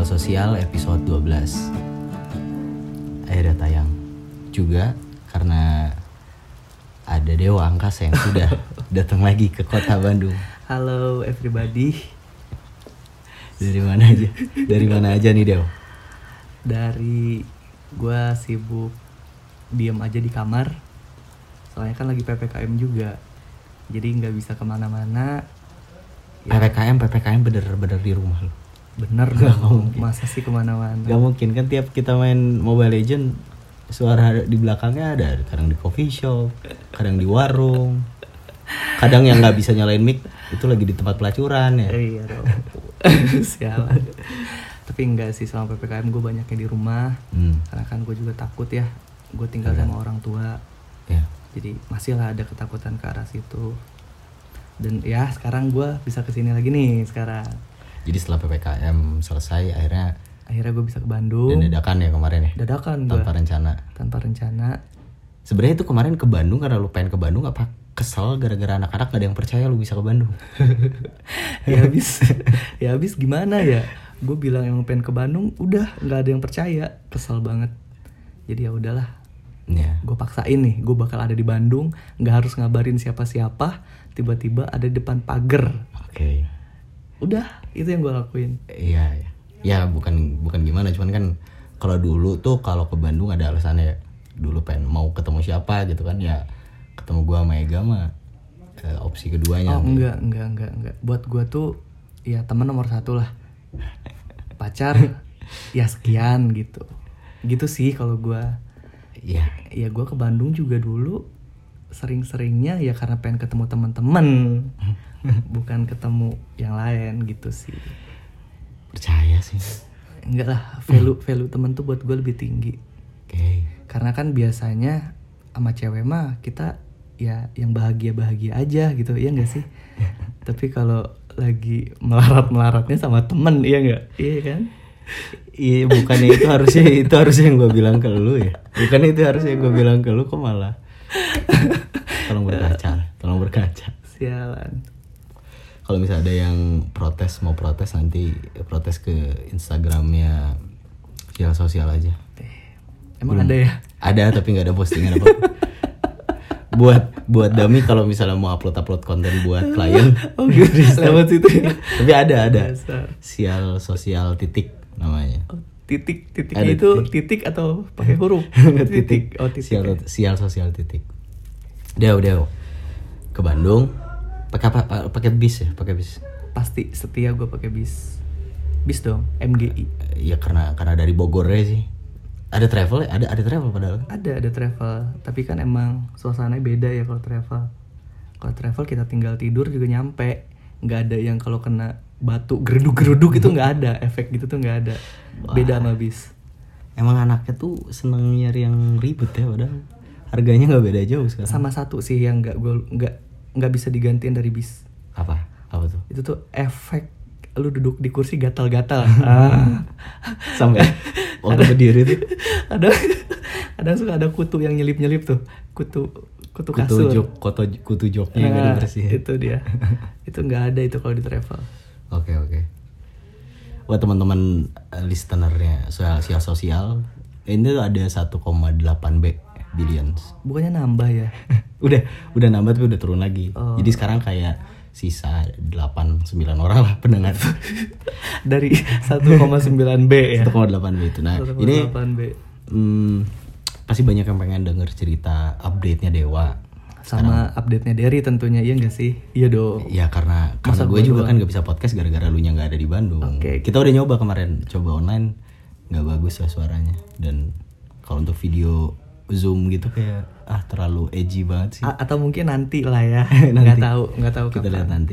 Sosial episode 12 akhirnya tayang juga karena ada Dewa Angkasa yang sudah datang lagi ke kota Bandung. Halo everybody. Dari mana aja? Dari mana aja nih Dew? Dari gua sibuk diem aja di kamar. Soalnya kan lagi PPKM juga. Jadi nggak bisa kemana-mana. Ya. PPKM bener-bener di rumah lo. Bener dong. Masa sih kemana-mana? Gak mungkin kan, tiap kita main Mobile Legend suara di belakangnya ada. Kadang di coffee shop, kadang di warung, kadang yang nggak bisa nyalain mic itu lagi di tempat pelacuran ya. Iya dong. Sialan. Tapi enggak sih, selama PPKM gue banyaknya di rumah. Karena kan gue juga takut ya. Gue tinggal sama orang tua. Ya. Jadi masih lah ada ketakutan ke arah situ. Dan ya sekarang gue bisa kesini lagi nih sekarang. Jadi setelah PPKM selesai akhirnya gue bisa ke Bandung. Dan dadakan ya kemarin ya? Dadakan Tanpa rencana. Tanpa rencana. Sebenarnya itu kemarin ke Bandung karena lu pengen ke Bandung, apa kesel gara-gara anak-anak gak ada yang percaya lu bisa ke Bandung? ya habis gimana ya? Gue bilang emang pengen ke Bandung, udah nggak ada yang percaya, kesel banget. Jadi ya udahlah. Ya. Gue paksain nih, gue bakal ada di Bandung, nggak harus ngabarin siapa-siapa, tiba-tiba ada di depan pagar. Oke. Udah, itu yang gue lakuin. Iya, ya. Ya bukan gimana, cuman kan kalau dulu tuh kalau ke Bandung ada alasannya. Dulu pengen mau ketemu siapa gitu kan, ya ketemu gua sama Ega mah opsi keduanya. Oh enggak. Buat gua tuh ya teman nomor 1 lah. Pacar ya sekian gitu. Gitu sih kalau gua. Iya. Ya gua ke Bandung juga dulu sering-seringnya ya karena pengen ketemu teman-teman. Bukan ketemu yang lain gitu sih. Percaya sih. Enggak lah, value teman tuh buat gua lebih tinggi. Oke. Karena kan biasanya sama cewek mah kita ya yang bahagia-bahagia aja gitu, iya gak sih? Tapi kalau lagi melarat-melaratnya sama temen, iya gak? Iya kan? Iya, bukannya itu harusnya yang gue bilang ke lu ya. Bukannya itu harusnya yang gue bilang ke lu, kok malah. Tolong berkaca. Sialan. Kalau misalnya ada yang mau protes nanti protes ke Instagramnya sosial aja. Emang ada ya? Ada, tapi nggak ada postingan apa. buat Dami kalau misalnya mau upload konten buat klien. Oh gitu, lewat situ ya. Tapi ada. Dasar. Sial sosial titik namanya. Oh, titik Ada itu titik atau pakai huruf? titik. Oh titik. Sial sosial titik. Udah. Ke Bandung. Pakai bis ya? Pakai bis. Pasti setia gue pakai bis. Bis dong, MGI. Ya karena dari Bogornya sih. Ada travel ya? Ada travel padahal. Ada travel, tapi kan emang suasananya beda ya kalau travel. Kalau travel kita tinggal tidur juga nyampe. Nggak ada yang kalau kena batu geruduk itu nggak ada, efek gitu tuh nggak ada. Beda sama bis. Emang anaknya tuh seneng nyari yang ribet ya, padahal harganya nggak beda jauh sekarang. Sama satu sih yang nggak bisa digantiin dari bis. Apa tuh? Itu tuh efek lu duduk di kursi gatal-gatal. Sampai waktu berdiri tuh ada suka ada kutu yang nyelip tuh, kutu kasur. Kutu joknya nggak dibersihin. Itu dia. Itu nggak ada itu kalau di travel. Oke. Wah, teman-teman listenernya sosial ini tuh ada 1,8 billions. Bukannya nambah ya? udah nambah tapi udah turun lagi. Oh. Jadi sekarang kayak sisa 8-9 orang lah pendengar. Dari 1,9B ya. 1,8B itu. Nah, 1,8B. Ini pasti banyak yang pengen denger cerita update-nya Dewa. Sama update-nya Derry tentunya, iya enggak sih? Iya dong. Ya karena gue juga kan gak bisa podcast gara-gara lu nya gak ada di Bandung. Okay. Kita udah nyoba kemarin, coba online, gak bagus lah suaranya. Dan kalau untuk video Zoom gitu kayak terlalu edgy banget sih. Atau mungkin nanti lah ya. Nggak tahu kita kapan. lihat nanti.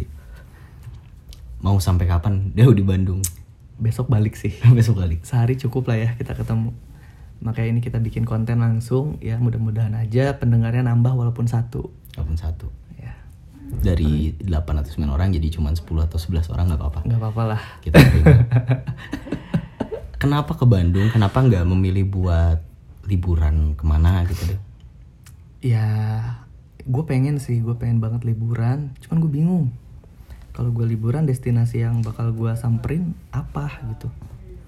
Mau sampai kapan dia di Bandung? Besok balik sih. Besok balik. Sehari cukup lah ya kita ketemu. Makanya ini kita bikin konten langsung ya, mudah-mudahan aja pendengarnya nambah walaupun satu. Ya. Dari 8 atau 9 orang jadi cuma 10 atau 11 orang nggak apa-apa. Nggak apa-apa lah. Kita terima. Kenapa ke Bandung? Kenapa nggak memilih buat liburan kemana gitu deh? Ya, gue pengen banget liburan. Cuman gue bingung. Kalau gue liburan, destinasi yang bakal gue samperin apa gitu.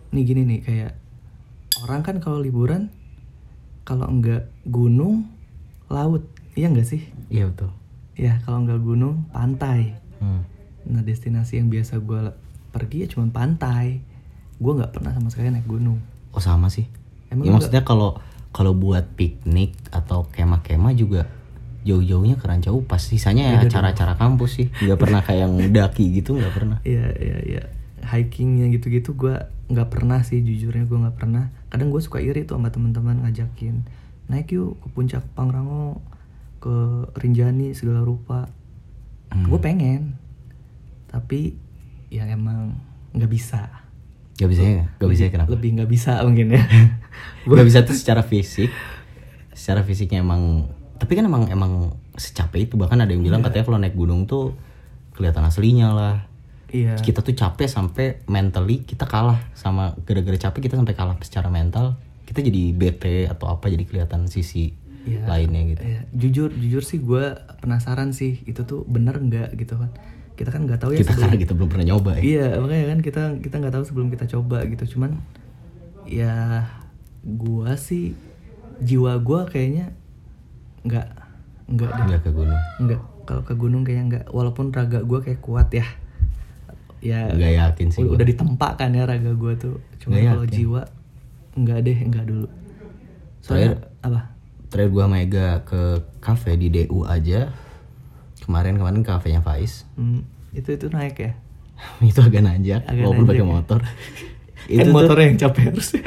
nih gini nih, kayak orang kan kalau liburan kalau enggak gunung, laut, iya enggak sih? Iya betul. Ya kalau enggak gunung, pantai. Nah destinasi yang biasa gue pergi ya cuma pantai. Gue nggak pernah sama sekali naik gunung. Oh sama sih. Emang Ya maksudnya kalau buat piknik atau kemah-kemah juga jauh-jauhnya ke Ranca Upas. Sisanya ya acara-acara kampus sih. Nggak pernah kayak yang daki gitu, nggak pernah. Iya. Hikingnya gitu-gitu gue nggak pernah sih, jujurnya gue nggak pernah. Kadang gue suka iri tuh sama teman-teman ngajakin naik yuk ke puncak Pangrango, ke Rinjani segala rupa. Gue pengen, tapi ya emang nggak bisa. Gak bisa ya? Gak bisa ya kenapa? Lebih nggak bisa mungkin ya. Gak bisa tuh secara fisik. Secara fisiknya emang. Tapi kan emang secapek itu. Bahkan ada yang bilang katanya kalau naik gunung tuh kelihatan aslinya lah. Iya. Kita tuh capek sampai mentally kita kalah sama, gara-gara capek kita sampai kalah secara mental. Kita jadi bete atau apa, jadi kelihatan sisi lainnya gitu. Iya. Jujur sih gue penasaran sih itu tuh bener nggak gitu kan. Kita kan nggak tahu ya kita karena kita belum pernah nyoba ya. Iya makanya kan kita nggak tahu sebelum kita coba gitu. Cuman ya gue sih jiwa gue kayaknya nggak deh. Nggak ke gunung. Nggak, kalau ke gunung kayaknya nggak. Walaupun raga gue kayak kuat ya. Ya nggak yakin sih. Udah ditempa kan ya raga gue tuh. Cuma kalau jiwa nggak deh, nggak dulu. Soalnya Terakhir gue sama Ega ke kafe di DU aja. Kemarin kafenya Faiz. Itu naik ya? Itu agak nanjak walaupun pakai motor. Itu motornya yang capek harus.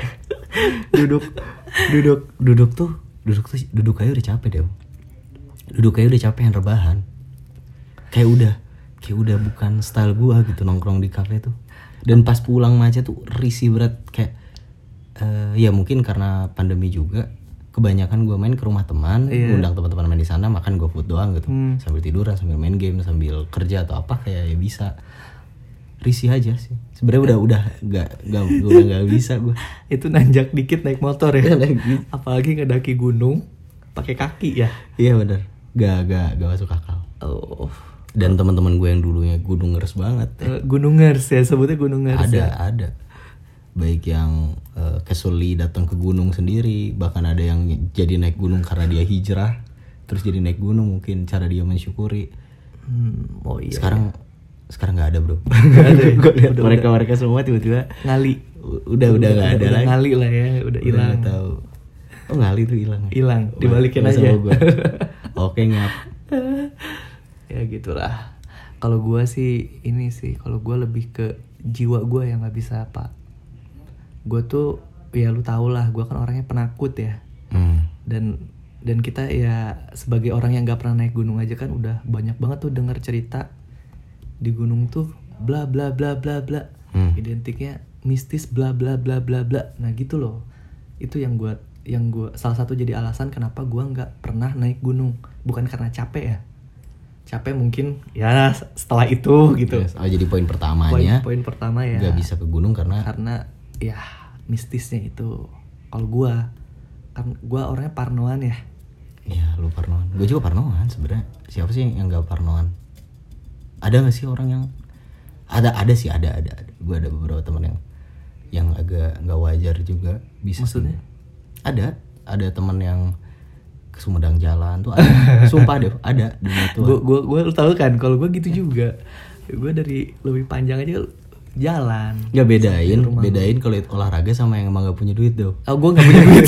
duduk aja udah capek deh. Duduk aja udah capek, yang rebahan. Kayak udah bukan style gua gitu nongkrong di kafe tuh. Dan pas pulang macet tuh risih berat kayak ya mungkin karena pandemi juga. Kebanyakan gue main ke rumah teman, undang teman-teman main di sana, makan GoFood doang gitu, sambil tiduran, sambil main game, sambil kerja atau apa kayak ya bisa. Risih aja sih. Sebenarnya udah nggak bisa gue. Itu nanjak dikit naik motor ya. Apalagi ngedaki gunung pakai kaki ya. Iya benar. Gak masuk akal. Oh. Dan teman-teman gue yang dulunya gunungers banget. Gunungers ya, sebutnya gunungers. Ada. Baik yang casually datang ke gunung sendiri, bahkan ada yang jadi naik gunung karena dia hijrah terus jadi naik gunung, mungkin cara dia mensyukuri. Oh iya. Sekarang nggak ada bro. Gue lihat mereka semua tiba-tiba ngali. Udah nggak ada lagi. Ngali lah ya, udah hilang. Tahu. Oh ngali tuh hilang. Hilang, dibalikin aja. Oke ngap. Ya gitulah. Kalau gue sih kalau gue lebih ke jiwa gue yang nggak bisa apa. Gue tuh ya lu tau lah, gue kan orangnya penakut ya. Dan kita ya sebagai orang yang nggak pernah naik gunung aja kan udah banyak banget tuh dengar cerita di gunung tuh bla bla bla bla bla, identiknya mistis bla bla bla bla bla. Nah gitu loh, itu yang gue salah satu jadi alasan kenapa gue nggak pernah naik gunung. Bukan karena capek ya, capek mungkin ya setelah itu gitu. Yes. Oh jadi poin pertamanya. Poin pertama ya. Gak bisa ke gunung karena ya mistisnya itu. Kalau gue kan gue orangnya parnoan ya. Iya lu parnoan. Gue juga parnoan sebenarnya. Siapa sih yang gak parnoan? Ada nggak sih orang yang ada sih ada. Gue ada beberapa teman yang agak nggak wajar juga bisa. Maksudnya? Ada teman yang ke Sumedang jalan tuh ada. Sumpah deh ada di itu. Gue tahu kan kalau gue gitu juga. Gue dari lebih panjang aja jalan. Gak bedain kalau olahraga sama yang emang gak punya duit tuh. Oh gue gak punya duit.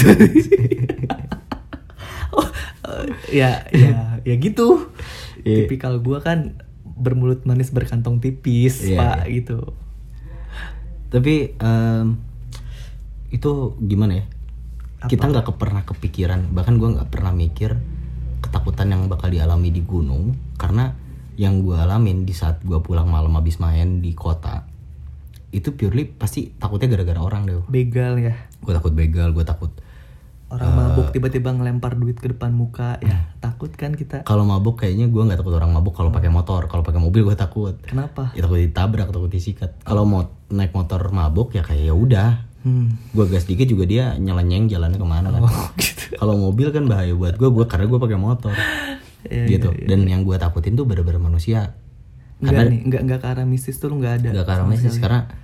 Ya gitu. Tipikal gue kan bermulut manis berkantong tipis, Pak gitu. Tapi itu gimana ya? Apa? Kita nggak pernah kepikiran, bahkan gue nggak pernah mikir ketakutan yang bakal dialami di gunung, karena yang gue alamin di saat gue pulang malam habis main di kota itu purely pasti takutnya gara-gara orang deh. Begal ya. Gue takut begal, gue takut orang mabuk tiba-tiba ngelempar duit ke depan muka ya. Takut kan kita. Kalau mabuk kayaknya gue nggak takut orang mabuk kalau pakai motor. Kalau pakai mobil gue takut. Kenapa? Ya takut ditabrak, takut disikat. Kalau mau naik motor mabuk ya kayak ya udah. Gue gas dikit juga dia nyelenyeng jalannya kemana kan. Gitu. Kalau mobil kan bahaya buat gue karena gue pakai motor. Gitu. Dan yang gue takutin tuh bener-bener manusia. Enggak ke arah mistis tuh lu nggak ada. Nggak ke arah mistis karena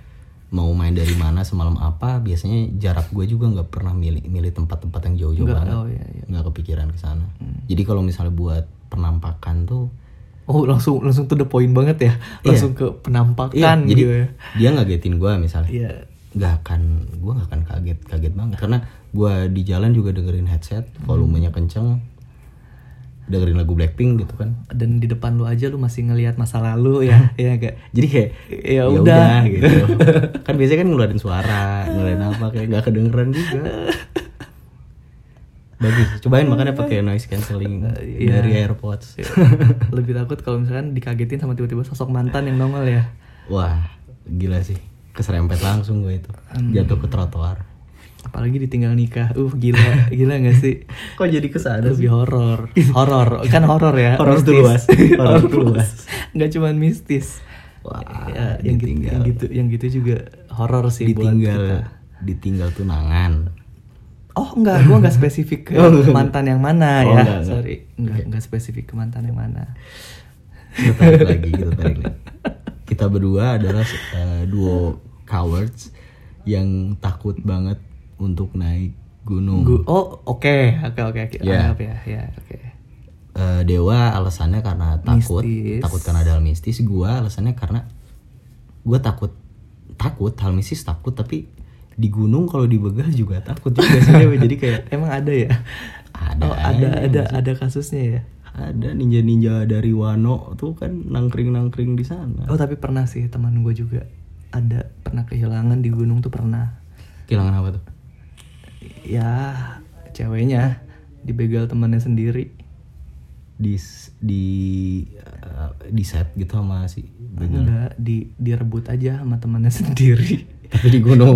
mau main dari mana semalam apa, biasanya jarak gue juga nggak pernah milih tempat-tempat yang jauh-jauh Nggak, banget. oh, iya. Nggak kepikiran ke sana. Jadi kalau misalnya buat penampakan tuh Oh langsung to the point banget ya, langsung ke penampakan jadi gitu ya. dia ngagetin gue misalnya. Iya. Gue gak akan kaget banget karena gue di jalan juga dengerin headset, volumenya kenceng, dengerin lagu Blackpink gitu kan. Dan di depan lu aja lu masih ngelihat masa lalu ya, ya gak? Jadi kayak Ya ya udah gitu. Kan biasanya kan ngeluarin suara, ngeluarin apa kayak nggak kedengeran juga. Bagus, cobain makanya pakai noise cancelling dari AirPods. Lebih takut kalau misalkan dikagetin sama tiba-tiba sosok mantan yang nongol ya. Wah, gila sih. Keserempet langsung gue itu. Jatuh ke trotoar. Apalagi ditinggal nikah. Gila gak sih? Kok jadi kesana Lebih horor. Kan horor ya. Horor tuh luas. Horor tuh luas. Nggak cuma mistis. Wah, Ya, yang gitu juga horor sih buat kita. Ditinggal tunangan. Oh enggak, gue nggak spesifik ke mantan yang mana Oh, ya. enggak. Sorry, enggak spesifik ke mantan yang mana. Kita tarik lagi. Kita berdua adalah duo cowards yang takut banget untuk naik gunung. Oke. Ya. Anggap ya, oke. Dewa alasannya karena takut karena ada hal mistis. Gua alasannya karena gua takut hal mistis takut, tapi di gunung kalau dibegal juga takut juga sih. Jadi kayak Emang ada ya? Ada kasusnya ya? ada ninja dari Wano tuh kan nangkring di sana. Oh tapi pernah sih teman gue juga ada pernah kehilangan di gunung tuh pernah. Kehilangan apa tuh? Ya ceweknya dibegal temannya sendiri. Di set gitu sama si begal. Enggak, direbut aja sama temannya sendiri. Tapi di gunung.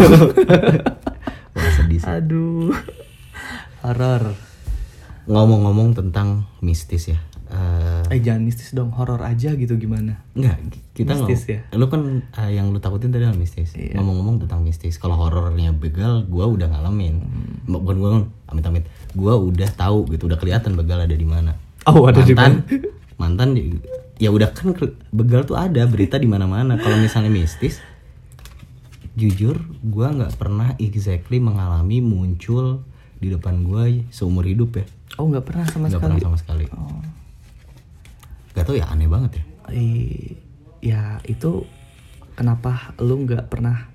Wah, sedih sih. Aduh. Horor. Ngomong-ngomong tentang mistis ya. Jangan mistis dong, horor aja gitu gimana? Enggak, kita Mistis ya? Lu kan yang lu takutin tadi hal mistis. Iya. Ngomong-ngomong tentang mistis, kalau horornya begal gua udah ngalamin. Bukan gua amit-amit. Gua udah tahu gitu, udah kelihatan begal ada di mana. Oh, ada di Mantan ya udah kan begal tuh ada berita di mana-mana. Kalau misalnya mistis, jujur gue nggak pernah exactly mengalami muncul di depan gue seumur hidup ya. Oh nggak pernah sama Nggak sekali. pernah sama sekali. Oh. Gak tau ya, aneh banget ya. Ya itu kenapa lu nggak pernah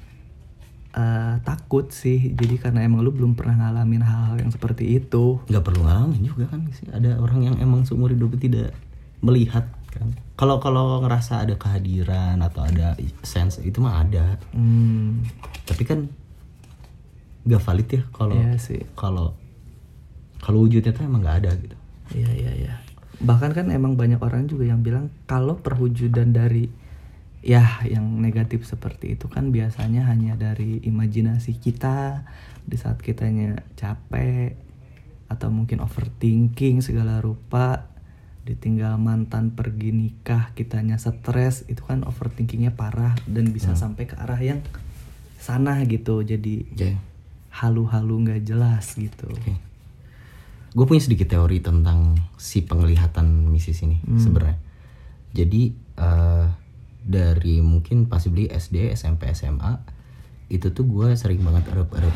takut sih? Jadi karena emang lu belum pernah ngalamin hal-hal yang seperti itu. Nggak perlu ngalamin juga kan sih. Ada orang yang emang seumur hidup tidak melihat kan. Kalau ngerasa ada kehadiran atau ada sense itu mah ada. Tapi kan nggak valid ya kalau Iya sih. kalau wujudnya tuh emang nggak ada gitu. Iya. Bahkan kan emang banyak orang juga yang bilang kalau perwujudan dari ya yang negatif seperti itu kan biasanya hanya dari imajinasi kita di saat kitanya capek atau mungkin overthinking segala rupa, ditinggal mantan pergi nikah kitanya stres, itu kan overthinkingnya parah dan bisa sampai ke arah yang sana gitu, jadi halu-halu nggak jelas gitu. Gue punya sedikit teori tentang si penglihatan mistis ini sebenarnya. Jadi dari mungkin possibly SD, SMP, SMA itu tuh gue sering banget erep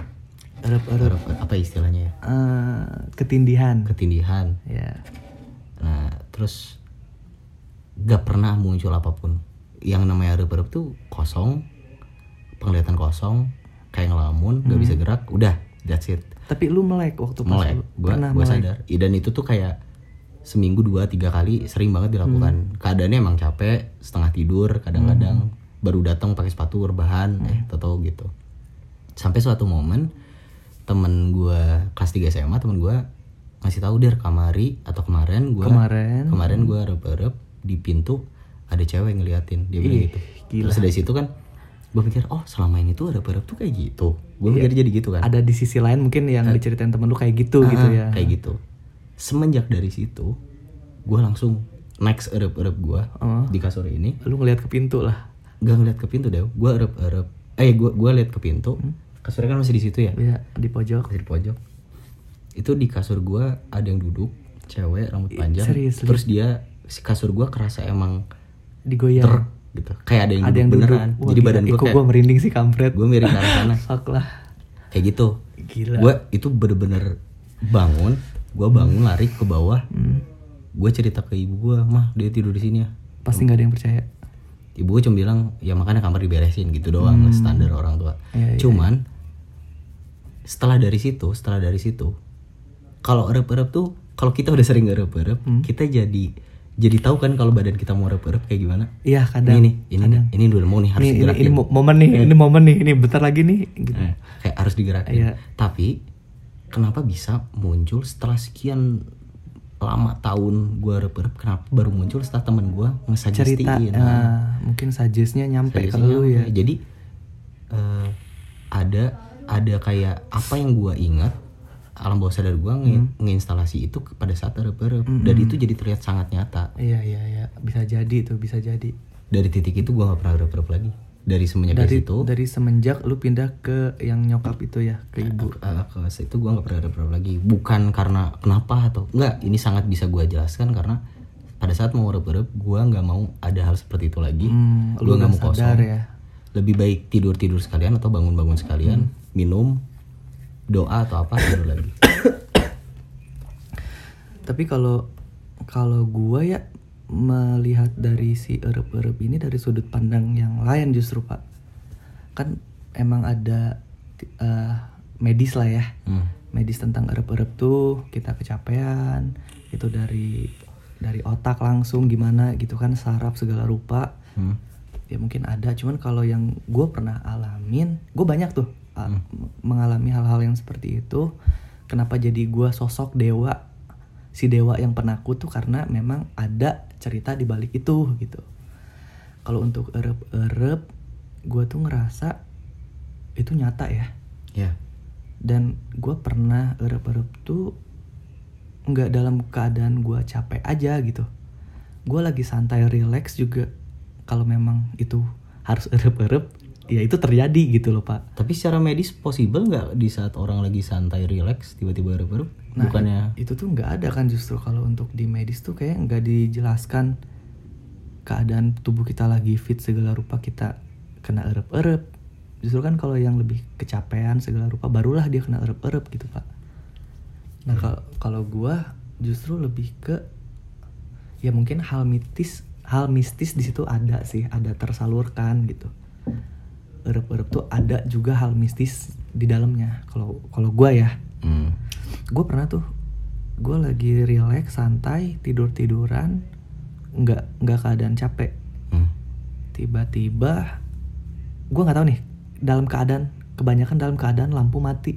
apa istilahnya ya? Ketindihan. Ya. Nah terus gak pernah muncul apapun. Yang namanya erep tuh kosong, penglihatan kosong, kayak ngelamun, gak bisa gerak, udah that's it. Tapi lu melek waktu pas melek, gue sadar. Dan itu tuh kayak seminggu 2-3 kali sering banget dilakukan. Keadaannya emang capek, setengah tidur, kadang-kadang baru datang pakai sepatu rebahan, tau gitu. Sampai suatu momen temen gue kelas 3 SMA, temen gue ngasih tahu dia kemarin gue erep di pintu ada cewek ngeliatin, dia bilang gitu. Gila. Terus dari situ kan gue pikir, oh selama ini tuh erep tuh kayak gitu. Gue pikir jadi gitu kan. Ada di sisi lain mungkin yang diceritain temen lu kayak gitu gitu ya. Kayak gitu. Semenjak dari situ gue langsung next erep gue di kasur ini. Lu ngeliat ke pintu lah. Gak ngeliat ke pintu deh, gue gue liat ke pintu. Kasurnya kan masih di situ ya. Iya, di pojok. Masih di pojok. Itu di kasur gue ada yang duduk, cewek rambut panjang. Serius. Terus dia si kasur gue kerasa emang digoyang. gitu, kayak ada yang Ada duduk yang beneran. duduk. Wah, Jadi gila. badan gue Kok kayak gue merinding sih kampret. gue miring ke arah sana. Fuck lah. Kayak gitu. Gila. Gue itu bener-bener bangun, gue bangun lari ke bawah. Gue cerita ke ibu gue, mah dia tidur di sini ya. Pasti nggak ada yang percaya. Ibu gue cuma bilang ya makanya kamar diberesin gitu doang, standar orang tua. Iya, iya. Cuman setelah dari situ kalau erep-erep tuh, kalau kita udah sering erep-erep, kita jadi tahu kan kalau badan kita mau erep-erep kayak gimana. Iya kadang. Ini udah mau nih, harus digerakin. Ini momen nih, ini momen nih, ini bentar lagi nih. Gitu. Kayak harus digerakin. Iya. Tapi kenapa bisa muncul setelah sekian lama tahun gue erep-erep, kenapa baru muncul setelah teman gue Cerita, nge-suggestiin. mungkin suggestnya nyampe ke Suggestion-nya lu ya. Jadi ada kayak apa yang gue ingat, alam bawah sadar gue ngeinstalasi itu pada saat erep-erep, dan itu jadi terlihat sangat nyata. Iya, bisa jadi tuh, bisa jadi. Dari titik itu gue nggak pernah erep-erep lagi. Dari semenjak itu, Dari semenjak lu pindah ke yang nyokap itu ya, ke ibu. ke situ gue nggak pernah erep-erep lagi. Bukan karena kenapa atau enggak, ini sangat bisa gue jelaskan karena pada saat mau erep-erep gue nggak mau ada hal seperti itu lagi. Gue nggak mau kosong. Ya. Lebih baik tidur sekalian atau bangun sekalian, minum, doa atau apa, tidur lagi. Tapi kalau gue ya melihat dari si erep-erep ini dari sudut pandang yang lain justru Pak, kan emang ada medis lah ya, medis tentang erep-erep tuh kita kecapean itu dari otak langsung gimana gitu kan, saraf segala rupa. Ya mungkin ada, cuman kalau yang gue pernah alamin, gue banyak tuh mengalami hal-hal yang seperti itu. Kenapa jadi gue sosok dewa, si dewa yang penakut tuh karena memang ada cerita di balik itu gitu. Kalau untuk erep-erep, gue tuh ngerasa itu nyata ya. Yeah. Dan gue pernah erep-erep tuh nggak dalam keadaan gue capek aja gitu. Gue lagi santai relax juga. Kalau memang itu harus erep-erep, ya itu terjadi gitu loh Pak. Tapi secara medis possible nggak di saat orang lagi santai relax tiba-tiba erep-erep? Nah, bukannya itu tuh nggak ada kan, justru kalau untuk di medis tuh kayak nggak dijelaskan keadaan tubuh kita lagi fit segala rupa kita kena erep-erep. Justru kan kalau yang lebih kecapean segala rupa barulah dia kena erep-erep gitu Pak. Nah kalau gua justru lebih ke ya mungkin hal mistis di situ ada sih, ada tersalurkan gitu. Erep-erep tuh ada juga hal mistis di dalamnya. Kalau gue ya, gue pernah tuh, gue lagi relax, santai, tiduran, nggak keadaan capek. Tiba-tiba, gue nggak tahu nih, kebanyakan dalam keadaan lampu mati.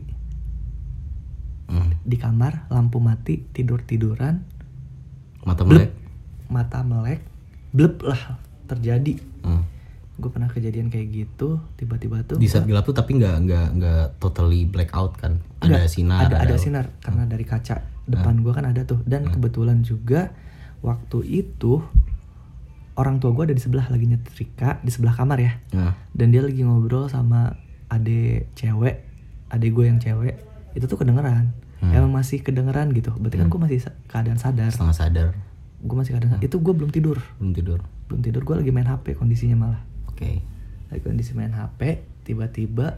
Di kamar lampu mati, tiduran, mata melek, blep lah terjadi. Gue pernah kejadian kayak gitu, tiba-tiba tuh di saat gelap tuh, tapi nggak totally black out kan? Ada sinar. Ada sinar karena dari kaca depan gue kan ada tuh, dan kebetulan juga waktu itu orang tua gue ada di sebelah lagi nyetrika di sebelah kamar ya. Dan dia lagi ngobrol sama adek gue yang cewek, itu tuh kedengeran. Emang masih kedengeran gitu. Berarti kan gue masih keadaan sadar. Setengah sadar. Gue masih keadaan sadar. Itu gue belum tidur. Gue lagi main HP kondisinya malah. Oke. Lagi kondisi main HP, tiba-tiba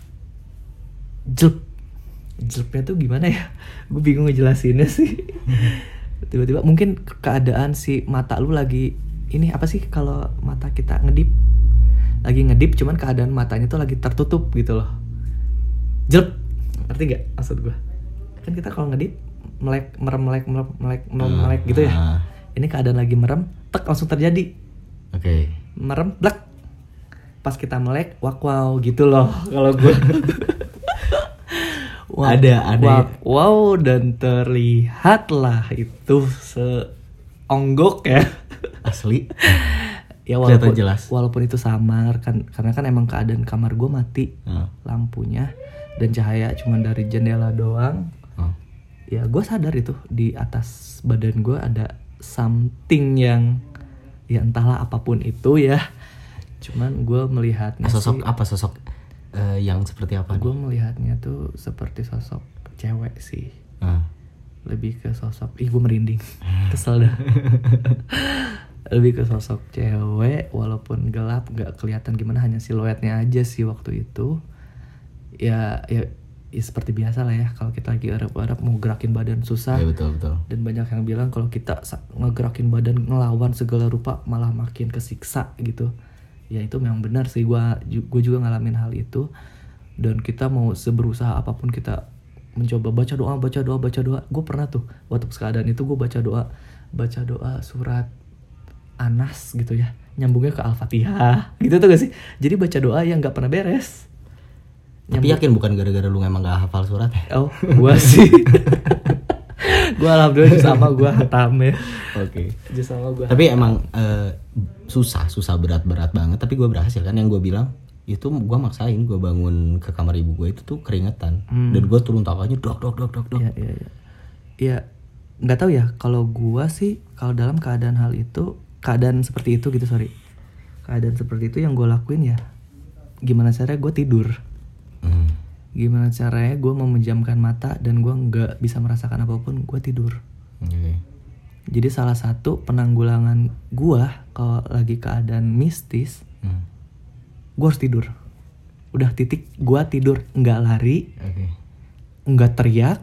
jelpnya tuh gimana ya? Gue bingung ngejelasinnya sih. Tiba-tiba mungkin keadaan si mata lu lagi ini apa sih kalau mata kita lagi ngedip, cuman keadaan matanya tuh lagi tertutup gitu loh. Jelp, ngerti gak maksud gue? Kan kita kalau ngedip melek gitu ya. Ini keadaan lagi merem, tek langsung terjadi. Oke. Merem, blak. Pas kita melek, wow gitu loh kalau gue. Ada. Wow, dan terlihatlah itu seonggok ya. Asli. Ya walaupun itu samar kan, karena kan emang keadaan kamar gue mati lampunya dan cahaya cuma dari jendela doang. Ya gue sadar itu di atas badan gue ada something yang ya entahlah apapun itu ya. Cuman gue melihatnya sosok yang seperti apa? Gue melihatnya tuh seperti sosok cewek sih. Lebih ke sosok, gue merinding. Kesel dah. Lebih ke sosok cewek, walaupun gelap nggak kelihatan gimana, hanya siluetnya aja sih waktu itu. Ya seperti biasa lah ya, kalau kita lagi Arab mau gerakin badan susah. Ya betul. Dan banyak yang bilang kalau kita ngegerakin badan ngelawan segala rupa malah makin kesiksa gitu. Ya itu memang benar sih, gue juga ngalamin hal itu. Dan kita mau seberusaha apapun kita mencoba baca doa. Gue pernah tuh waktu keadaan itu gue baca doa surat Anas gitu ya, nyambungnya ke Al-Fatihah gitu tuh gak sih. Jadi baca doa yang nggak pernah beres. Tapi yakin bukan gara-gara lu emang gak hafal surat ya? Oh, gue sih. Gue alhamdulillah sama gue hatam ya. Oke. Sama gue. Tapi emang susah berat banget. Tapi gue berhasil kan, yang gue bilang itu gue maksain, gue bangun ke kamar ibu gue itu tuh keringetan dan gue turun tangganya dok. Iya. Nggak tahu ya, kalau gue sih kalau dalam keadaan seperti itu gitu, keadaan seperti itu yang gue lakuin ya gimana caranya gue tidur. Gimana caranya gue memejamkan mata dan gue nggak bisa merasakan apapun, gue tidur. Jadi salah satu penanggulangan gue kalau lagi keadaan mistis, gue harus tidur. Udah titik, gue tidur, nggak lari, nggak teriak,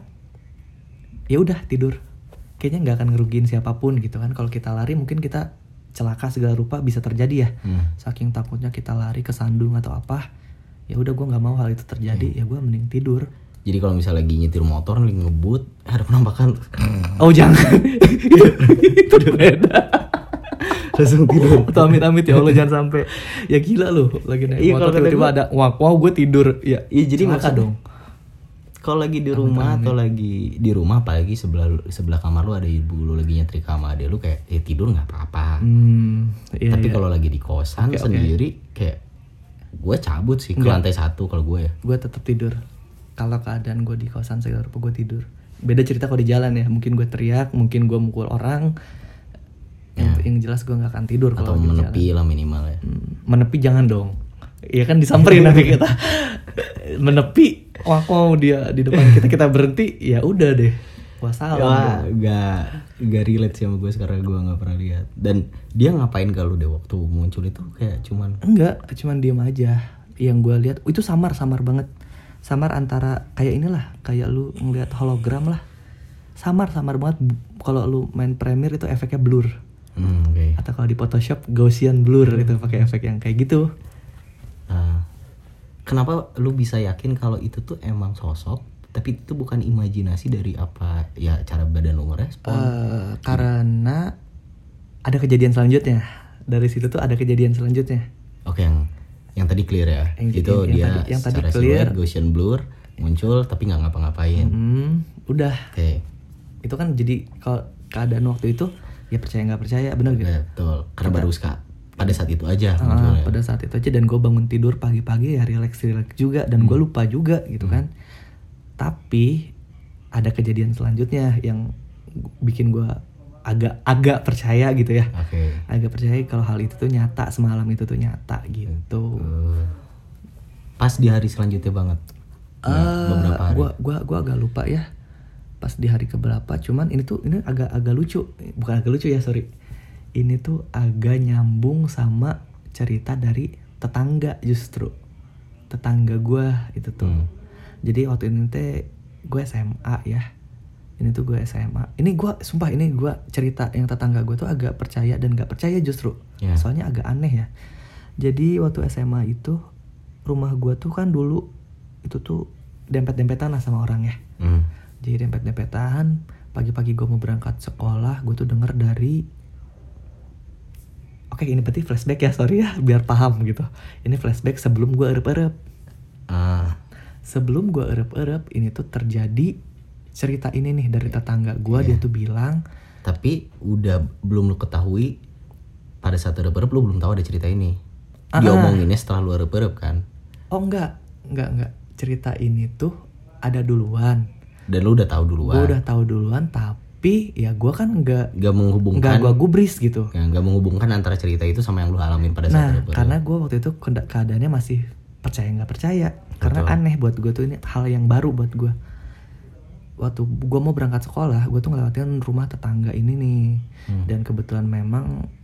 ya udah tidur. Kayaknya nggak akan ngerugiin siapapun gitu kan. Kalau kita lari mungkin kita celaka segala rupa bisa terjadi ya. Saking takutnya kita lari kesandung atau apa, ya udah gue nggak mau hal itu terjadi, ya gue mending tidur. Jadi kalau misalnya lagi nyetir motor, lagi ngebut, ada penampakan. Oh jangan. Itu beda. Langsung tidur. Atau amit-amit ya Allah jangan sampai. Ya gila loh, lagi naik motor tiba-tiba ada wow gue tidur. Ya jadi maka dong. Kalau lagi di rumah atau lagi di rumah, apalagi sebelah kamar lu ada ibu lu lagi nyetrika sama adek lu, kayak tidur nggak apa-apa. Tapi kalau lagi di kosan sendiri kayak gue cabut sih ke lantai 1 kalau gue ya. Gue tetap tidur. Kalau keadaan gue di kosan segala rupa gue tidur. Beda cerita kalau di jalan ya, mungkin gue teriak, mungkin gue mukul orang. Yang jelas gue nggak akan tidur kalau atau menepi lah minimal ya. Menepi jangan dong. Iya kan disamperin nanti kita. Menepi, wah dia di depan kita berhenti, ya udah deh. Wassalam. Gak relate sih sama gue sekarang, gue nggak pernah lihat. Dan dia ngapain kalau deh waktu muncul itu kayak cuman diem aja. Yang gue lihat itu samar banget. Samar antara kayak inilah, kayak lu ngeliat hologram lah. Samar banget. Kalau lu main Premiere itu efeknya blur. Atau kalau di Photoshop Gaussian blur itu pakai efek yang kayak gitu. Kenapa lu bisa yakin kalau itu tuh emang sosok, tapi itu bukan imajinasi dari apa ya cara badan lu ngerespon? Karena ada kejadian selanjutnya. Dari situ tuh ada kejadian selanjutnya. Oke, yang tadi clear ya. Itu dia yang tadi secara clear, Gaussian blur muncul tapi nggak ngapa-ngapain. Udah. Oke. Itu kan jadi kalau keadaan waktu itu ya percaya nggak percaya, benar gitu. Betul. Karena baru pada saat itu aja munculnya. Pada saat itu aja, dan gue bangun tidur pagi-pagi ya relax juga, dan gue lupa juga gitu kan. Tapi ada kejadian selanjutnya yang bikin gue agak percaya gitu ya. Agak percaya kalau hal itu tuh nyata, semalam itu tuh nyata gitu. Pas di hari selanjutnya banget. Beberapa hari. Gue agak lupa ya. Pas di hari keberapa, cuman ini agak lucu. Bukan agak lucu ya, sorry. Ini tuh agak nyambung sama cerita dari tetangga, justru tetangga gue itu tuh. Jadi waktu ini teh gue SMA ya. Ini tuh gue SMA. Ini gue sumpah, ini gue cerita yang tetangga gue tuh agak percaya dan gak percaya justru. Soalnya agak aneh ya. Jadi waktu SMA itu rumah gue tuh kan dulu itu tuh dempet-dempetan lah sama orang ya. Jadi dempet-dempetan. Pagi-pagi gue mau berangkat sekolah, gue tuh denger dari Oke, ini berarti flashback ya, sorry ya, biar paham gitu. Ini flashback sebelum gue erep-erep. Sebelum gue erep-erep, ini tuh terjadi cerita ini nih dari tetangga gue. Dia tuh bilang. Tapi udah belum lu ketahui pada saat erep-erep, lu belum tahu ada cerita ini. Dia omonginnya setelah lu erep-erep kan? Oh enggak. Cerita ini tuh ada duluan. Dan lu udah tahu duluan? Gue udah tahu duluan, tapi ya gue kan nggak menghubungkan, gue gubris gitu, nggak menghubungkan antara cerita itu sama yang lu alamin pada saat itu. Karena gue waktu itu keadaannya masih percaya nggak percaya. Karena aneh buat gue tuh, ini hal yang baru buat gue. Waktu gue mau berangkat sekolah, gue tuh ngelewatin rumah tetangga ini nih. Dan kebetulan memang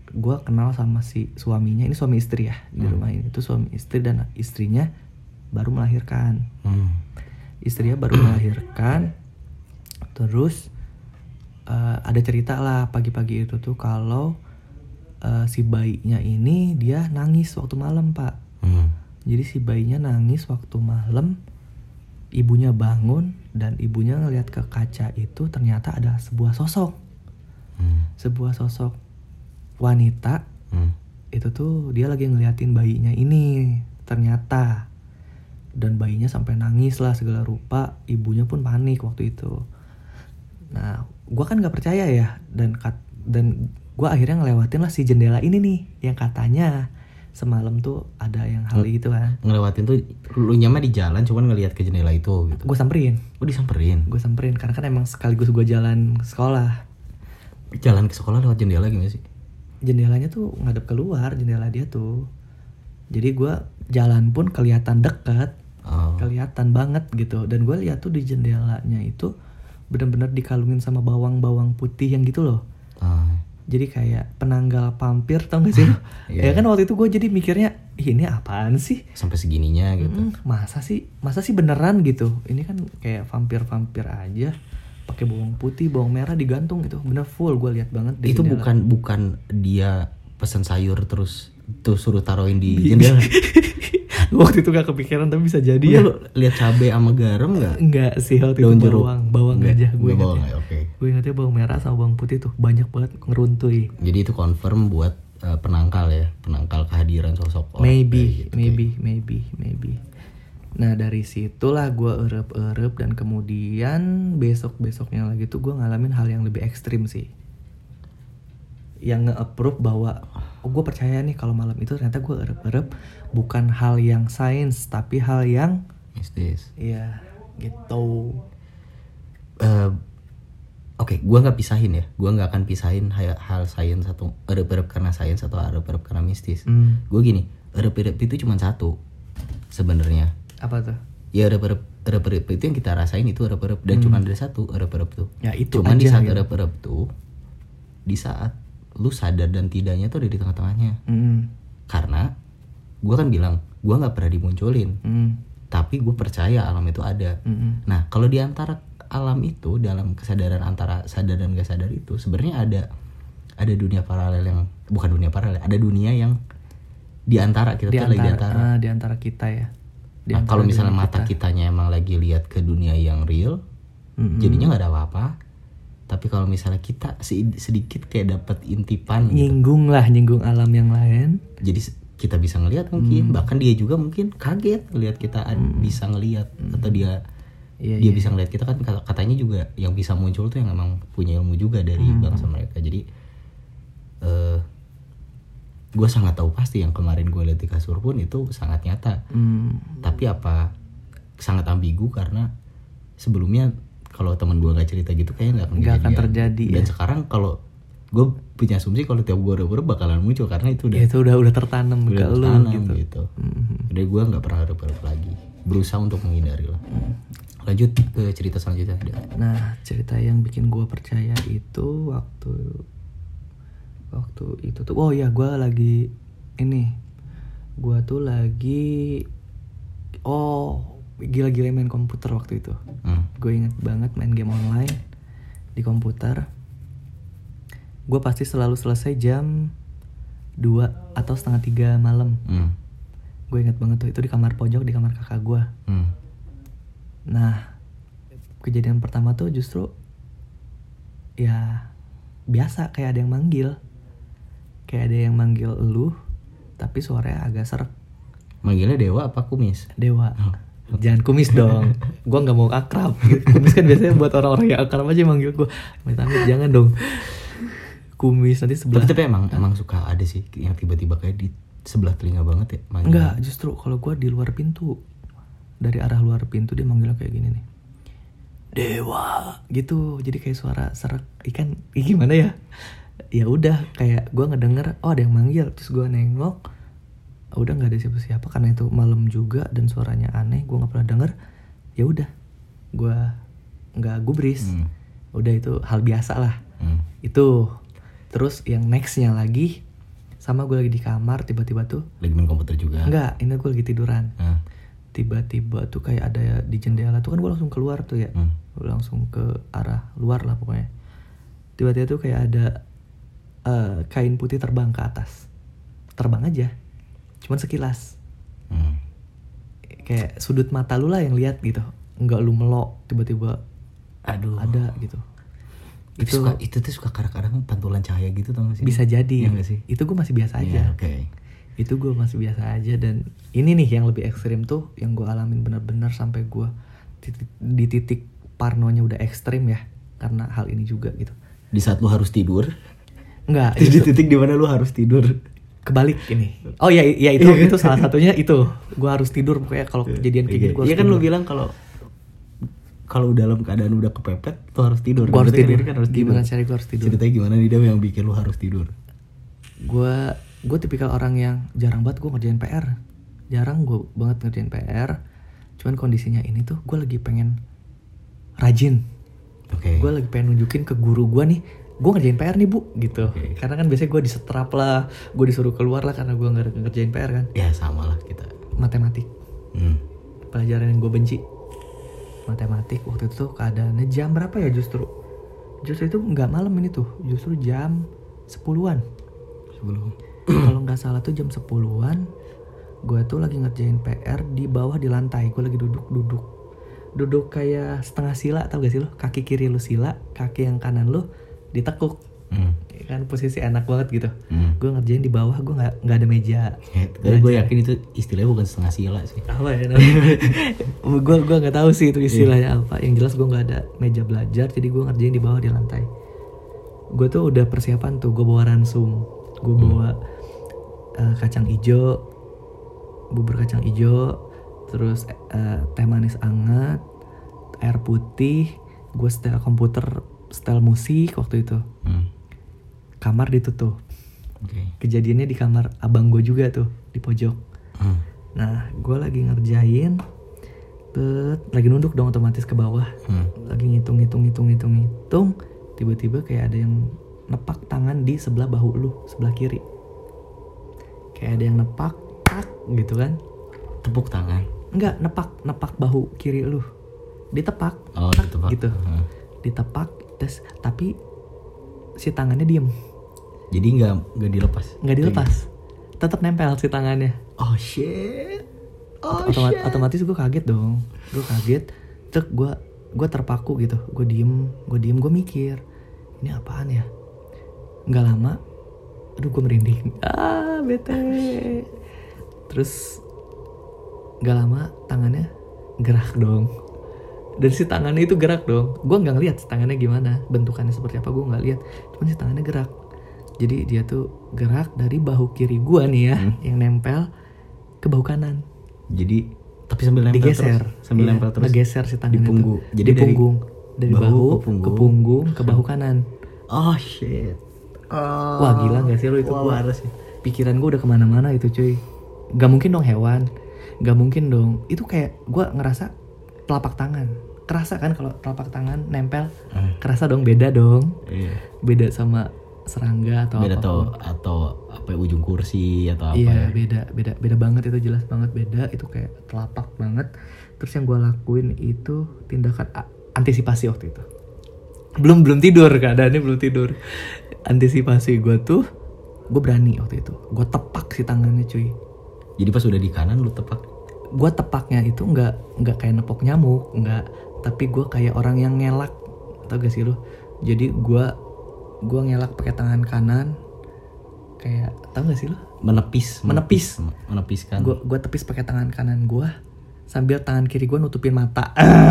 gue kenal sama si suaminya, ini suami istri ya di rumah ini, itu suami istri dan istrinya baru melahirkan. Istrinya baru melahirkan, terus ada cerita lah pagi-pagi itu tuh kalau si bayinya ini dia nangis waktu malam, Pak. Jadi si bayinya nangis waktu malam, ibunya bangun dan ibunya ngelihat ke kaca itu ternyata ada sebuah sosok. Sebuah sosok wanita. Itu tuh dia lagi ngeliatin bayinya ini ternyata. Dan bayinya sampai nangis lah segala rupa, ibunya pun panik waktu itu. Nah, gue kan nggak percaya ya, dan gue akhirnya ngelewatin lah si jendela ini nih, yang katanya semalam tuh ada yang hal itu kan. Ngelewatin tuh lu nyama di jalan cuman ngelihat ke jendela itu gitu. Gue samperin. Disamperin. Gue samperin karena kan emang sekaligus gue jalan sekolah. Jalan ke sekolah lewat jendela gimana sih? Jendelanya tuh ngadep keluar, jendela dia tuh. Jadi gue jalan pun kelihatan dekat, kelihatan banget gitu. Dan gue lihat tuh di jendelanya itu benar-benar dikalungin sama bawang-bawang putih yang gitu loh. Jadi kayak penanggal vampir, tau gak sih? Ya kan waktu itu gue jadi mikirnya, ini apaan sih? Sampai segininya gitu. Masa sih beneran gitu? Ini kan kayak vampir aja, pakai bawang putih, bawang merah digantung gitu, bener full gue lihat banget. Itu jendela. bukan dia pesan sayur terus tuh suruh taruhin di jendela. Waktu itu gak kepikiran tapi bisa jadi ya. Lu lihat cabai sama garam nggak? Enggak sih, waktu daun itu jeruk. bawang aja gue ingatnya. Gue ingatnya bawang merah sama bawang putih tuh banyak banget ngeruntuy. Jadi itu confirm buat penangkal ya, penangkal kehadiran sosok orang. Maybe. Nah dari situlah gue erep dan kemudian besoknya lagi tuh gue ngalamin hal yang lebih ekstrim sih. Yang nge-approve bahwa gue percaya nih kalau malam itu ternyata gue erep bukan hal yang sains tapi hal yang mistis. Iya gitu. Oke, gue nggak pisahin ya, gue nggak akan pisahin hal sains atau erep karena sains atau erep karena mistis. Gue gini, erep itu cuma satu sebenarnya. Apa tuh? Ya erep itu yang kita rasain itu erep dan cuma ada satu erep tuh. Ya itu cuman aja, di saat gitu. erep tuh, di saat lu sadar dan tidaknya tuh ada di tengah-tengahnya. Karena gue kan bilang gue nggak pernah dimunculin, tapi gue percaya alam itu ada. Nah kalau di antara alam itu, dalam kesadaran antara sadar dan gak sadar itu sebenarnya ada dunia paralel yang bukan dunia paralel, ada dunia yang di antara kita tuh lagi di antara kita ya. Nah, kalau misalnya mata kitanya emang lagi lihat ke dunia yang real, jadinya nggak ada apa-apa. Tapi kalau misalnya kita sedikit kayak dapat intipan nyinggung alam yang lain, jadi kita bisa ngelihat mungkin, bahkan dia juga mungkin kaget ngelihat kita bisa ngelihat, atau dia bisa ngelihat kita kan, katanya juga yang bisa muncul tuh yang emang punya ilmu juga dari bangsa mereka. Jadi gue sangat tahu pasti yang kemarin gue lihat di kasur pun itu sangat nyata. Tapi sangat ambigu karena sebelumnya kalau teman gue nggak cerita gitu kayaknya nggak akan terjadi. Dan sekarang kalau gue punya asumsi kalau tiap gue udah bakalan muncul karena itu udah tertanam ke lu gitu. Jadi gue nggak pernah rep lagi, berusaha untuk menghindari lah. Lanjut ke cerita selanjutnya. Nah cerita yang bikin gue percaya itu waktu itu tuh, gue lagi gila-gila main komputer waktu itu. Gue inget banget main game online di komputer. Gue pasti selalu selesai jam 2 atau setengah 3 malam. Gue inget banget tuh, itu di kamar pojok, di kamar kakak gue. Nah kejadian pertama tuh justru ya biasa, kayak ada yang manggil elu, tapi suaranya agak serak. Manggilnya Dewa apa Kumis? Dewa. Jangan Kumis dong, gue nggak mau akrab. Kumis kan biasanya buat orang-orang yang akrab aja manggil gue. Amit-amit jangan dong. Kumis nanti sebelah. Tapi emang suka ada sih yang tiba-tiba kayak di sebelah telinga banget ya manggil. Enggak, justru kalau gue di luar pintu, dari arah luar pintu dia manggilnya kayak gini nih, Dewa gitu. Jadi kayak suara serak ikan. Gimana ya? Ya udah kayak gue ngedenger ada yang manggil, terus gue nengok, udah nggak ada siapa-siapa karena itu malam juga dan suaranya aneh, gue nggak pernah denger. Ya udah gue nggak gubris. Udah itu hal biasa lah. Itu terus yang nextnya lagi Sama gue lagi di kamar, tiba-tiba tuh Lagi main komputer juga. enggak, ini gue lagi tiduran. Nah. Tiba-tiba tuh kayak ada di jendela tuh kan gue langsung keluar tuh ya. Gue langsung ke arah luar lah pokoknya. Tiba-tiba tuh kayak ada kain putih terbang ke atas. Terbang aja. Cuman sekilas. Kayak sudut mata lu lah yang lihat gitu. Enggak lu melok tiba-tiba Aduh. ada gitu. Itu tuh suka kadang-kadang pantulan cahaya gitu tau gak sih? Bisa jadi. Iya gak sih? Itu gue masih biasa aja. Iya, oke. Itu gue masih biasa aja. Dan ini nih yang lebih ekstrim tuh, yang gue alamin benar-benar sampai gue di titik parnonya udah ekstrim ya, karena hal ini juga gitu. Di saat lu harus tidur. Enggak, Di titik dimana lu harus tidur. kebalik ini. Oh ya itu salah satunya itu. Gue harus tidur pokoknya kalau kejadian kayak gitu gue harus Iya kan tidur. lu bilang kalau dalam keadaan udah kepepet tuh harus tidur. Gue harus Berarti tidur. ini kan harus Gimana tidur. cara gue harus tidur? Ceritanya gimana nih dia yang bikin lu harus tidur? Gue tipikal orang yang jarang banget gue ngerjain PR. Jarang gue banget ngerjain PR. Cuman kondisinya ini tuh gue lagi pengen rajin. Oke. Gue lagi pengen nunjukin ke guru gue nih, gue ngerjain PR nih bu, gitu. Oke. Karena kan biasanya gue disetrap lah, gue disuruh keluar lah karena gue nggak ngerjain PR kan. Ya sama lah kita. Matematik, pelajaran yang gue benci. Matematik waktu itu tuh keadaannya jam berapa ya justru itu nggak malam ini tuh, justru jam 10-an. Sebelum. Kalau nggak salah tuh jam 10-an. Gue tuh lagi ngerjain PR di bawah di lantai. Gue lagi duduk kayak setengah sila, tau gak sih lo? Kaki kiri lu sila, kaki yang kanan lu ditekuk. Kan posisi enak banget gitu. Gue ngerjain di bawah, gue nggak ada meja. Tapi gue yakin itu istilahnya bukan setengah sila sih. Apa ya namanya? gue nggak tahu sih itu istilahnya apa. Yang jelas gue nggak ada meja belajar, jadi gue ngerjain di bawah di lantai. Gue tuh udah persiapan tuh, gue bawa ransum, gue bawa kacang ijo, bubur kacang ijo, terus teh manis anget, air putih, gue setel komputer, setel musik waktu itu. Kamar ditutup. Kejadiannya di kamar abang gue juga tuh, di pojok. Nah gue lagi ngerjain, lagi nunduk dong otomatis ke bawah. Lagi ngitung. Tiba-tiba kayak ada yang nepak tangan di sebelah bahu lu, sebelah kiri. Kayak ada yang nepak, tak gitu kan. Tepuk tangan. Enggak, nepak bahu kiri lu. Ditepak. Oh, tak, ditepak. gitu. Ditepak, terus tapi si tangannya diem. Jadi nggak dilepas. Nggak dilepas. Tetap nempel si tangannya. Oh shit. Otomatis gue kaget dong. Gue kaget. Terus gue terpaku gitu. Gue diem. Gue mikir, ini apaan ya? Nggak lama, aduh gue merinding. Bete. Terus nggak lama tangannya gerak dong. Dan si tangannya itu gerak dong. Gue nggak ngeliat si tangannya gimana, bentukannya seperti apa gue nggak lihat. Cuman si tangannya gerak. Jadi dia tuh gerak dari bahu kiri gue nih ya, yang nempel ke bahu kanan. Jadi tapi sambil nempel digeser, terus, sambil nempel terus. ngegeser si tangan di punggung. itu. Jadi di punggung. Dari bahu ke punggung ke bahu kanan. Oh shit. Wah gila gak sih lo itu? Wah, harus sih. Pikiran gue udah kemana-mana itu cuy. Gak mungkin dong hewan. Gak mungkin dong. Itu kayak gue ngerasa telapak tangan. Kerasa kan kalau telapak tangan nempel. Kerasa dong, beda dong. Iya. Beda sama serangga atau Beda apa. atau apa ujung kursi atau apa. Iya ya. beda banget itu, jelas banget beda. Itu kayak telapak banget. Terus yang gue lakuin itu tindakan antisipasi waktu itu. Belum tidur, keadaannya belum tidur. Antisipasi gue tuh, gue berani waktu itu. Gue tepak si tangannya cuy. Jadi pas udah di kanan lu tepak. Gue tepaknya itu nggak kayak nepok nyamuk, nggak. Tapi gue kayak orang yang ngelak, tau gak sih lo? Jadi gue ngelak pakai tangan kanan, kayak tau gak sih lo? Menepiskan. Gue tepis pakai tangan kanan gue, sambil tangan kiri gue nutupin mata.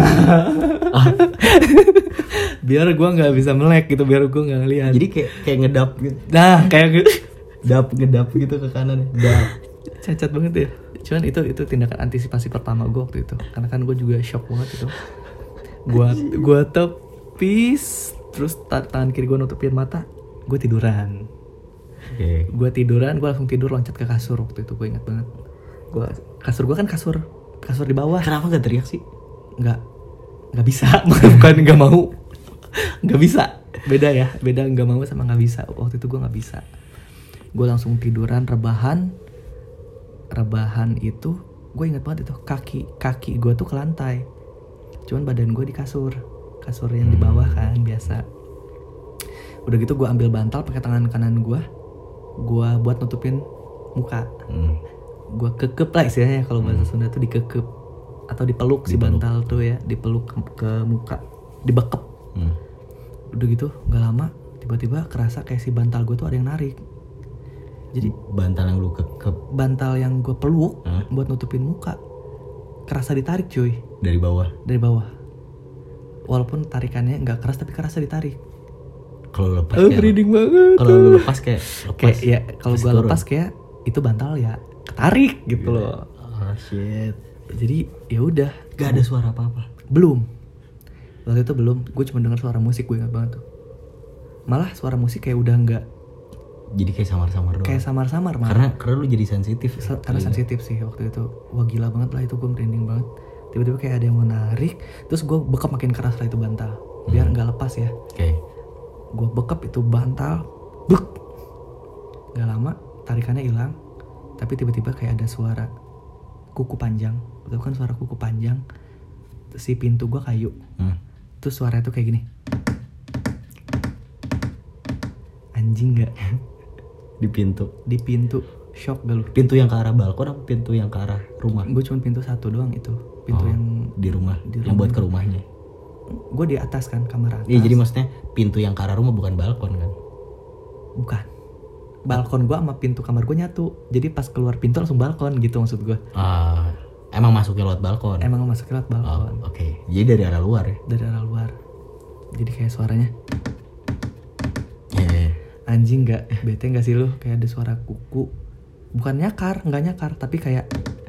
Biar gue nggak bisa melek gitu, biar gue nggak ngeliat. Jadi kayak ngedap gitu. Nah kayak ngedap gitu ke kanan. Dap. Cacat banget ya. Cuman itu tindakan antisipasi pertama gue waktu itu, karena kan gue juga shock banget itu. Gue tepis, terus tangan kiri gue nutupin mata, gue tiduran. Gue tiduran, gue langsung tidur, loncat ke kasur waktu itu. Gue ingat banget. Kasur gue kan kasur di bawah. Kenapa nggak teriak sih? Nggak bisa. Bukan nggak mau, nggak bisa. Beda nggak mau sama nggak bisa. Waktu itu gue nggak bisa. Gue langsung tiduran rebahan itu gue inget banget itu kaki gue tuh ke lantai, cuman badan gue di kasur yang di bawah kan biasa. Udah gitu gue ambil bantal pakai tangan kanan gue buat nutupin muka. Gue kekep lah istilahnya, kalau bahasa Sunda tuh dikekep atau dipeluk si bantal tuh ya, dipeluk ke muka, dibekep. Udah gitu nggak lama tiba-tiba kerasa kayak si bantal gue tuh ada yang narik. Jadi bantal yang lu kekep, bantal yang gue peluk buat nutupin muka kerasa ditarik cuy dari bawah. Walaupun tarikannya nggak keras tapi kerasa ditarik. Kalau lepas kayak merinding banget. Kalau lu lepas kayak ya kalau gue lepas kayak itu bantal ya ketarik gitu loh. Oh shit. Jadi ya udah, gak ada suara apa-apa. Belum. Waktu itu belum. Gue cuma dengar suara musik, gue ingat banget tuh. Malah suara musik kayak udah nggak. Jadi kayak samar-samar doang. Kayak samar-samar malah. Karena lu jadi sensitif. Karena sensitif sih waktu itu. Wah gila banget lah itu, gue merinding banget. Tiba-tiba kayak ada yang mau narik, terus gue bekap makin keras lah itu bantal, biar nggak lepas ya. Oke. Gue bekap itu bantal, buk. Gak lama tarikannya hilang, tapi tiba-tiba kayak ada suara kuku panjang. Betul kan suara kuku panjang. Si pintu gue kayu. Terus suaranya tuh kayak gini. Anjing gak? Di pintu. Shock gak lu? Pintu yang ke arah balkon apa pintu yang ke arah rumah? Gue cuma pintu satu doang itu. Pintu yang di rumah. Yang buat ke rumahnya. Gue di atas kan, kamar atas. Iya, jadi maksudnya pintu yang ke arah rumah bukan balkon kan? Bukan. Balkon gue sama pintu kamar gue nyatu. Jadi pas keluar pintu langsung balkon gitu maksud gue. Emang masuknya lewat balkon? Emang masuknya lewat balkon. Oke. Jadi dari arah luar ya? Dari arah luar. Jadi kayak suaranya. Yeah. Anjing gak? Bete gak sih lu? Kayak ada suara kuku. Bukan nyakar, gak nyakar, tapi kayak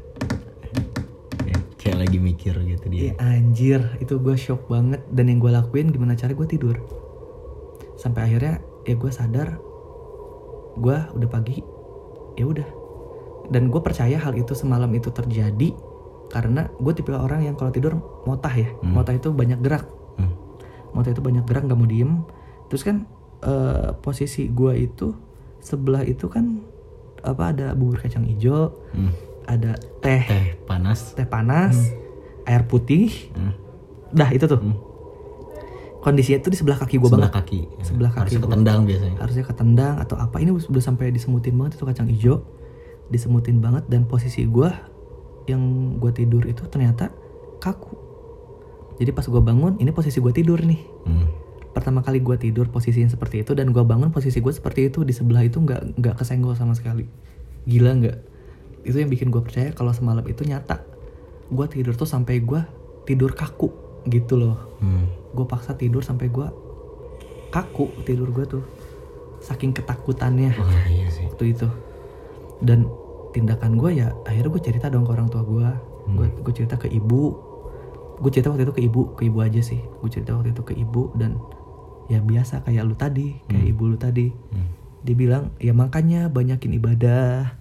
kayak lagi mikir gitu dia. Anjir, itu gue shock banget. Dan yang gue lakuin gimana cara gue tidur. Sampai akhirnya ya gue sadar, gue udah pagi, ya udah. Dan gue percaya hal itu semalam itu terjadi karena gue tipe orang yang kalau tidur motah ya. Motah itu banyak gerak. Motah itu banyak gerak, gak mau diem. Terus kan posisi gue itu sebelah itu kan ada bubur kacang hijau, ada teh panas, air putih, dah itu tuh. Kondisinya tuh di sebelah kaki gue banget. Sebelah kaki. Harusnya ketendang biasanya. Harusnya ketendang atau apa? Ini udah sampai disemutin banget itu kacang hijau, disemutin banget. Dan posisi gue yang gue tidur itu ternyata kaku. Jadi pas gue bangun, ini posisi gue tidur nih. Pertama kali gue tidur posisinya seperti itu, dan gue bangun posisi gue seperti itu. Di sebelah itu nggak kesenggol sama sekali. Gila nggak? Itu yang bikin gue percaya kalau semalam itu nyata. Gue tidur tuh sampai gue tidur kaku gitu loh. Gue paksa tidur sampai gue kaku tidur gue tuh, saking ketakutannya waktu itu. Dan tindakan gue ya akhirnya gue cerita dong ke orang tua gue. Gue cerita ke ibu. Gue cerita waktu itu ke ibu aja sih. Gue cerita waktu itu ke ibu, dan ya biasa kayak lu tadi, kayak ibu lu tadi. Dia bilang ya makanya banyakin ibadah,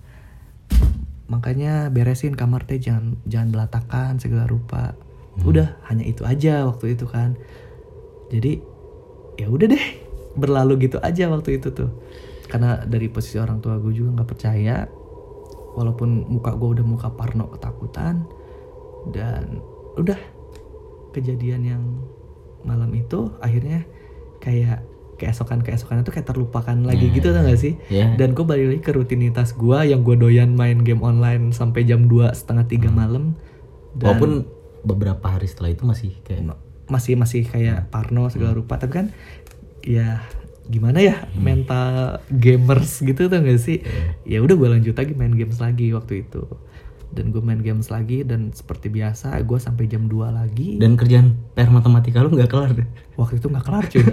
makanya beresin kamar teh, jangan belatakan segala rupa. Udah hanya itu aja waktu itu kan. Jadi ya udah deh, berlalu gitu aja waktu itu tuh. Karena dari posisi orang tua gue juga nggak percaya, walaupun muka gue udah muka parno ketakutan. Dan udah, kejadian yang malam itu akhirnya kayak keesokan itu kayak terlupakan lagi gitu, tau gak sih? Dan gue balik lagi ke rutinitas gue yang gue doyan main game online sampai jam 2:30-3 malam. Dan walaupun beberapa hari setelah itu masih kayak masih kayak parno segala rupa, tapi kan ya gimana ya, mental gamers gitu, tau gak sih? Ya udah gue lanjut lagi main games lagi waktu itu. Dan gue main games lagi, dan seperti biasa gue sampai jam 2 lagi. Dan kerjaan PR matematika lu gak kelar deh. Waktu itu gak kelar cuy.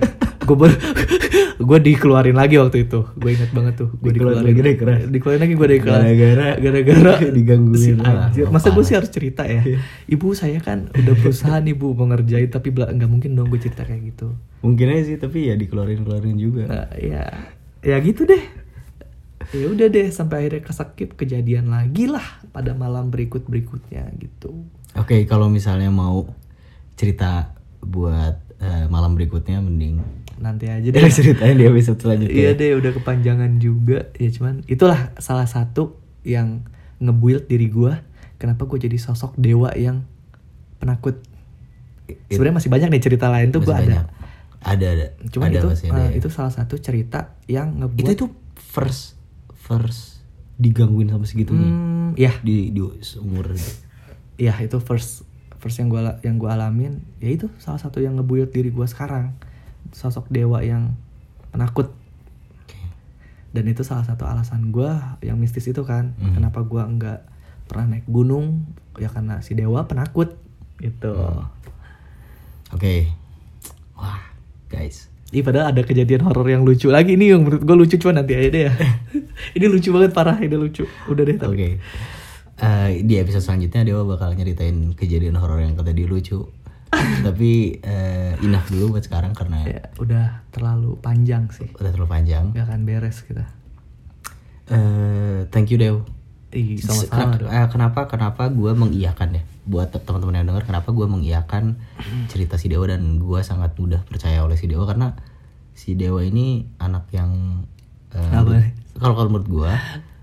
Gue dikeluarin lagi waktu itu. Gue ingat banget tuh. Gue dikeluarin lagi gue gara-gara digangguin. Masa gue sih harus cerita ya? Ibu saya kan udah berusaha nih bu, mau ngerjain, tapi gak mungkin dong gue cerita kayak gitu. Mungkin aja sih, tapi ya dikeluarin juga. Nah, ya gitu deh. Ya udah deh, sampai akhirnya kesekip kejadian lagi lah pada malam berikutnya gitu. Oke, kalau misalnya mau cerita buat malam berikutnya mending Nanti aja deh. ceritain di episode selanjutnya. Iya deh, udah kepanjangan juga. Ya cuman itulah salah satu yang nge-build diri gue. Kenapa gue jadi sosok dewa yang penakut. Sebenarnya masih banyak nih cerita lain tuh gue ada. Ada. Cuman Ada, itu pasti ada ya. itu salah satu cerita yang ngebuat Itu first digangguin sama segitunya. ya Di umur ya itu first yang gue alamin. Ya itu salah satu yang ngebuild diri gue sekarang, sosok dewa yang penakut. Dan itu salah satu alasan gue yang mistis itu kan. Kenapa gue nggak pernah naik gunung, ya karena si dewa penakut gitu. Oke. Wah, guys. Ih, padahal ada kejadian horor yang lucu lagi nih yang menurut gue lucu, cuma nanti aja deh ya. Ini lucu banget, parah, ini lucu. Udah deh tapi. Oke. Di episode selanjutnya Dewa bakal nyeritain kejadian horor yang kata dia lucu. Tapi enough dulu buat sekarang karena Ya, udah terlalu panjang sih. udah terlalu panjang. Gak akan beres kita. Thank you Dew. Ih, sama-sama. Dok. Kenapa gue mengiyakan ya buat teman-teman yang dengar, kenapa gue mengiyakan cerita si Dewa, dan gue sangat mudah percaya oleh si Dewa karena si Dewa ini anak yang kalau menurut gue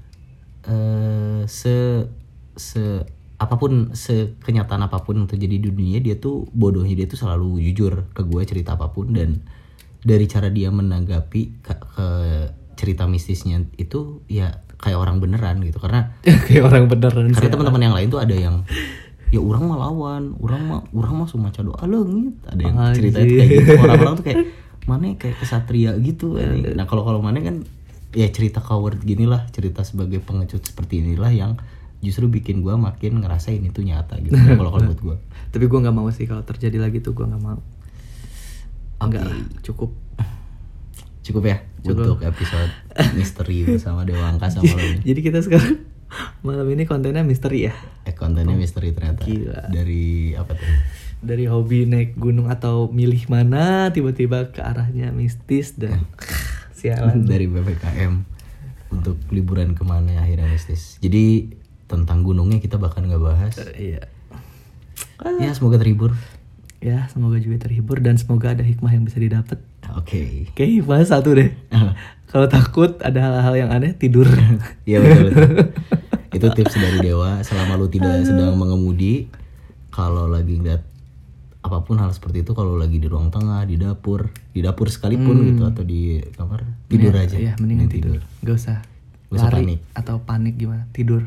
sekenyataan apapun yang terjadi di dunia, dia tuh bodohnya dia tuh selalu jujur ke gue cerita apapun, dan dari cara dia menanggapi ke cerita mistisnya itu ya kayak orang beneran gitu. Karena Kayak orang beneran. karena teman-teman yang lain tuh ada yang ya orang mah lawan, orang mah sumaca doa leungit, ada yang cerita itu kayak gitu. Orang-orang tuh kayak mana kayak kesatria gitu. Nah kalau mana kan ya cerita coward gini lah, cerita sebagai pengecut seperti inilah yang justru bikin gue makin ngerasain itu nyata gitu. Kalau buat gue. Tapi gue nggak mau sih kalau terjadi lagi tuh, gue nggak mau. Enggak lah, cukup ya untuk episode misteri bersama Dewa Angkasa malam ini. Jadi kita sekarang malam ini kontennya misteri ya. Kontennya misteri ternyata. Gila. Dari apa tuh? Dari hobi naik gunung atau milih mana tiba-tiba ke arahnya mistis dan sialan. Dari BPKM untuk liburan kemana akhirnya mistis. Jadi tentang gunungnya kita bahkan nggak bahas. Iya. Ya semoga terhibur. Ya semoga juga terhibur dan semoga ada hikmah yang bisa didapat. Oke. Kayak hikmah satu deh. Kalau takut ada hal-hal yang aneh, tidur. Iya betul. Itu tips dari Dewa selama lu tidak sedang mengemudi. Kalau lagi ngeliat apapun hal seperti itu, kalau lagi di ruang tengah, di dapur sekalipun gitu, atau di kamar, tidur aja. Iya, mendingan tidur. Gak usah lari panik. atau panik gimana, tidur.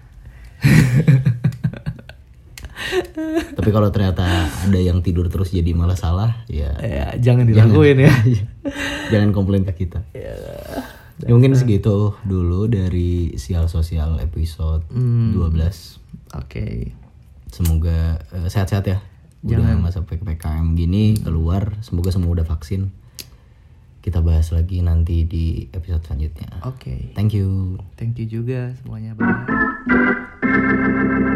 Tapi kalau ternyata ada yang tidur terus jadi malah salah, ya jangan dilakuin ya. Jangan komplain ke kita. Ya mungkin segitu dulu dari Sial Sosial episode 12. Oke. Semoga sehat-sehat ya. Udah masa PPKM gini keluar, semoga semua udah vaksin. Kita bahas lagi nanti di episode selanjutnya. Oke. Thank you. Thank you juga semuanya. Bye.